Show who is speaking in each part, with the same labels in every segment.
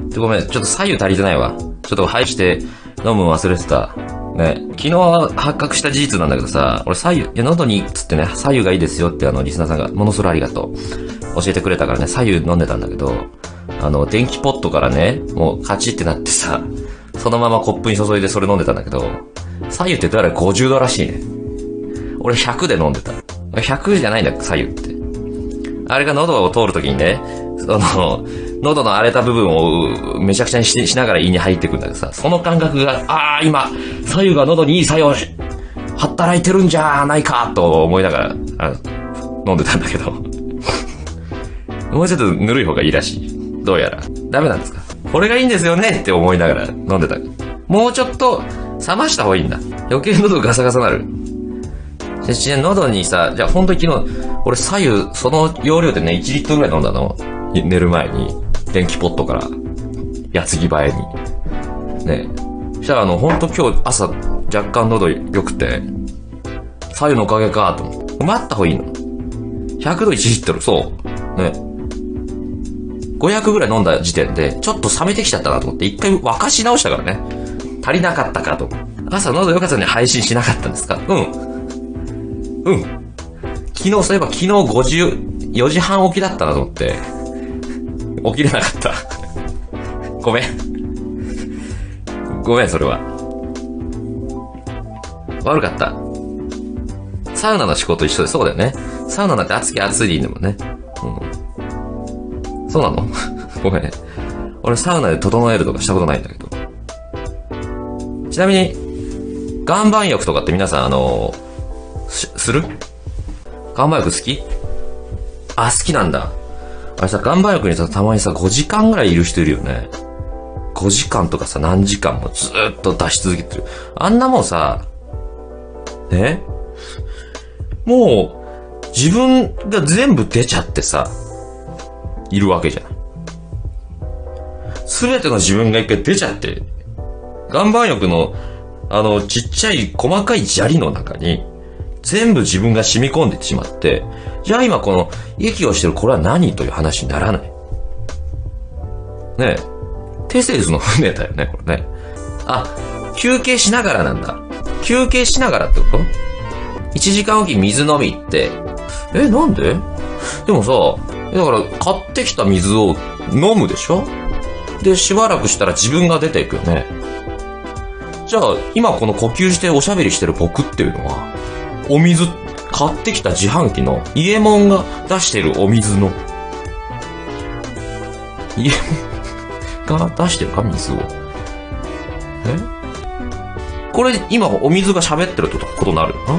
Speaker 1: ごめん、ちょっと左右足りてないわ。ちょっと配して飲むの忘れてた。ね、昨日発覚した事実なんだけどさ、俺左右、いや喉につってね、左右がいいですよってリスナーさんが、ものすごいありがとう。教えてくれたからね、左右飲んでたんだけど、電気ポットからね、もうカチってなってさ、そのままコップに注いでそれ飲んでたんだけど、左右ってどうやら50度らしいね。俺100で飲んでた。100じゃないんだ、左右って。あれが喉を通るときにね、喉の荒れた部分をめちゃくちゃにしながら胃に入ってくんだけどさ、その感覚が、今、左右が喉にいい作用働いてるんじゃないかと思いながら、飲んでたんだけど。もうちょっとぬるい方がいいらしい。どうやら。ダメなんですか？これがいいんですよねって思いながら飲んでた。もうちょっと冷ました方がいいんだ。余計喉ガサガサなる。喉にさ、じゃあ本当に昨日、俺左右、その容量でね、1リットルぐらい飲んだの。寝る前に、電気ポットから、矢継ぎ早に。ね。そしたら本当今日朝、若干喉良くて、左右のおかげかと思って。待った方がいいの。100度1リットル、そう。ね。500ぐらい飲んだ時点で、ちょっと冷めてきちゃったなと思って、一回沸かし直したからね。足りなかったかと。朝喉良かったのに配信しなかったんですか？そういえば昨日54時半起きだったなと思って、起きれなかった。ごめん、それは。悪かった。サウナの仕事一緒で、そうだよね。サウナなんて暑いでいいんだもんね。そうなの？ごめん。俺サウナで整えるとかしたことないんだけど。ちなみに、岩盤浴とかって皆さんする？岩盤浴好き？好きなんだ。あれさ、岩盤浴にさ、たまにさ、5時間ぐらいいる人いるよね。5時間とかさ、何時間もずーっと出し続けてる。あんなもんさ、ね？もう、自分が全部出ちゃってさ、いるわけじゃん。すべての自分が一回出ちゃって、岩盤浴の、ちっちゃい細かい砂利の中に、全部自分が染み込んでしまって、じゃあ今この息をしてるこれは何という話にならない。ねえ。テセウスの船だよね、これね。休憩しながらなんだ。休憩しながらってこと？ 1 時間おき水飲みって、なんで？でもさ、だから買ってきた水を飲むでしょ？で、しばらくしたら自分が出ていくよね。じゃあ、今この呼吸しておしゃべりしてる僕っていうのは、お水、買ってきた自販機の、イエモンが出してるお水の、イエモンが出してるか、水を。これ、今お水が喋ってるってことになるよな。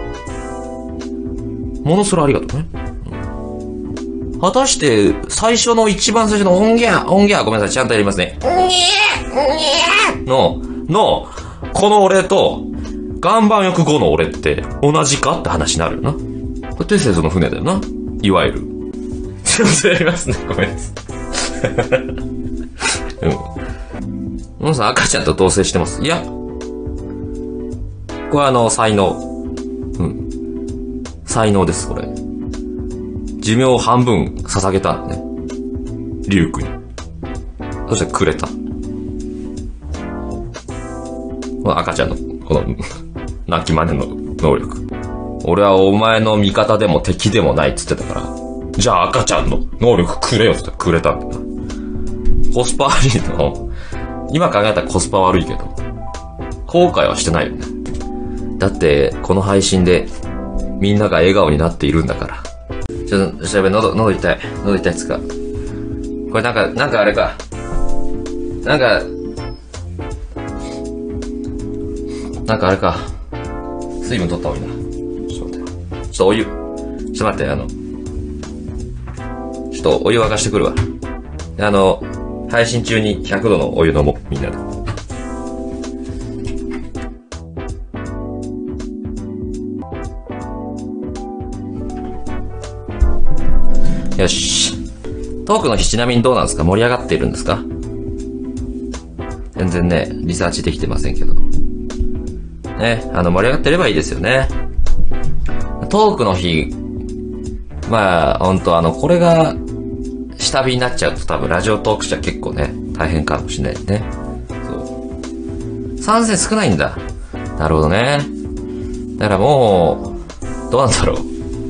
Speaker 1: ものすごいありがとうね。果たして、一番最初の音源、ごめんなさい、ちゃんとやりますね。の、この俺と、岩盤浴後の俺って同じかって話になるよな。これテセウスの船だよな。いわゆる。ちょっとやりますね。ごめんなさい。もうさ、赤ちゃんと同棲してます。いや。これ才能。才能です、これ。寿命を半分捧げたんだね。リュウクに。そしてくれた。この赤ちゃんの、この、泣き真似の能力。俺はお前の味方でも敵でもないって言ってたから、じゃあ赤ちゃんの能力くれよって言ってくれたんだよ。コスパ悪いの。今考えたらコスパ悪いけど、後悔はしてないよね。だって、この配信で、みんなが笑顔になっているんだから。ちょっと、調べ、喉痛い。喉痛いっつか。これなんかあれか。なんかあれか。水分取った方がいいな。ちょっと待って。ちょっとお湯。ちょっと待って、ちょっとお湯沸かしてくるわ。配信中に100度のお湯飲もう、みんなで。よし。トークの日ちなみにどうなんですか？盛り上がっているんですか？全然ね、リサーチできてませんけど。ね、盛り上がってればいいですよね。トークの日、まあ、ほんとこれが、 下火になっちゃうと多分ラジオトークじゃ結構ね、大変かもしれないね。そう。参戦少ないんだ。なるほどね。だからもう、どうなんだろう。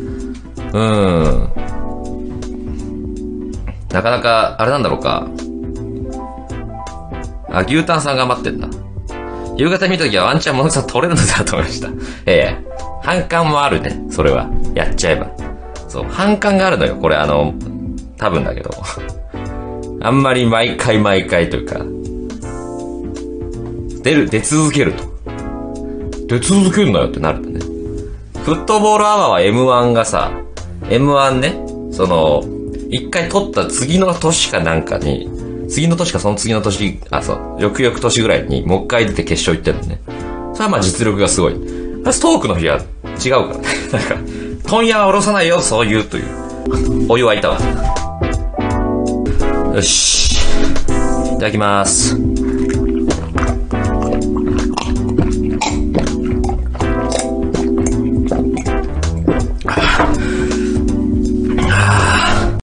Speaker 1: なかなか、あれなんだろうか。あ、牛タンさん頑張ってんだ。夕方見たときはワンチャンモノさん取れるのだと思いました。反感もあるね。それは。やっちゃえば。そう、反感があるのよ。これ多分だけど。あんまり毎回というか、出続けると。出続けるなよってなるとね。フットボールアワーは M1 がさ、M1 ね、一回取った次の年かなんかに、次の年かその次の年、翌々年ぐらいにもう一回出て決勝行ってんのね。それはまあ実力がすごい。ストークの日は違うからね。なんか、問屋は下ろさないよ、そういうという。お湯沸いたわ。よし。いただきます。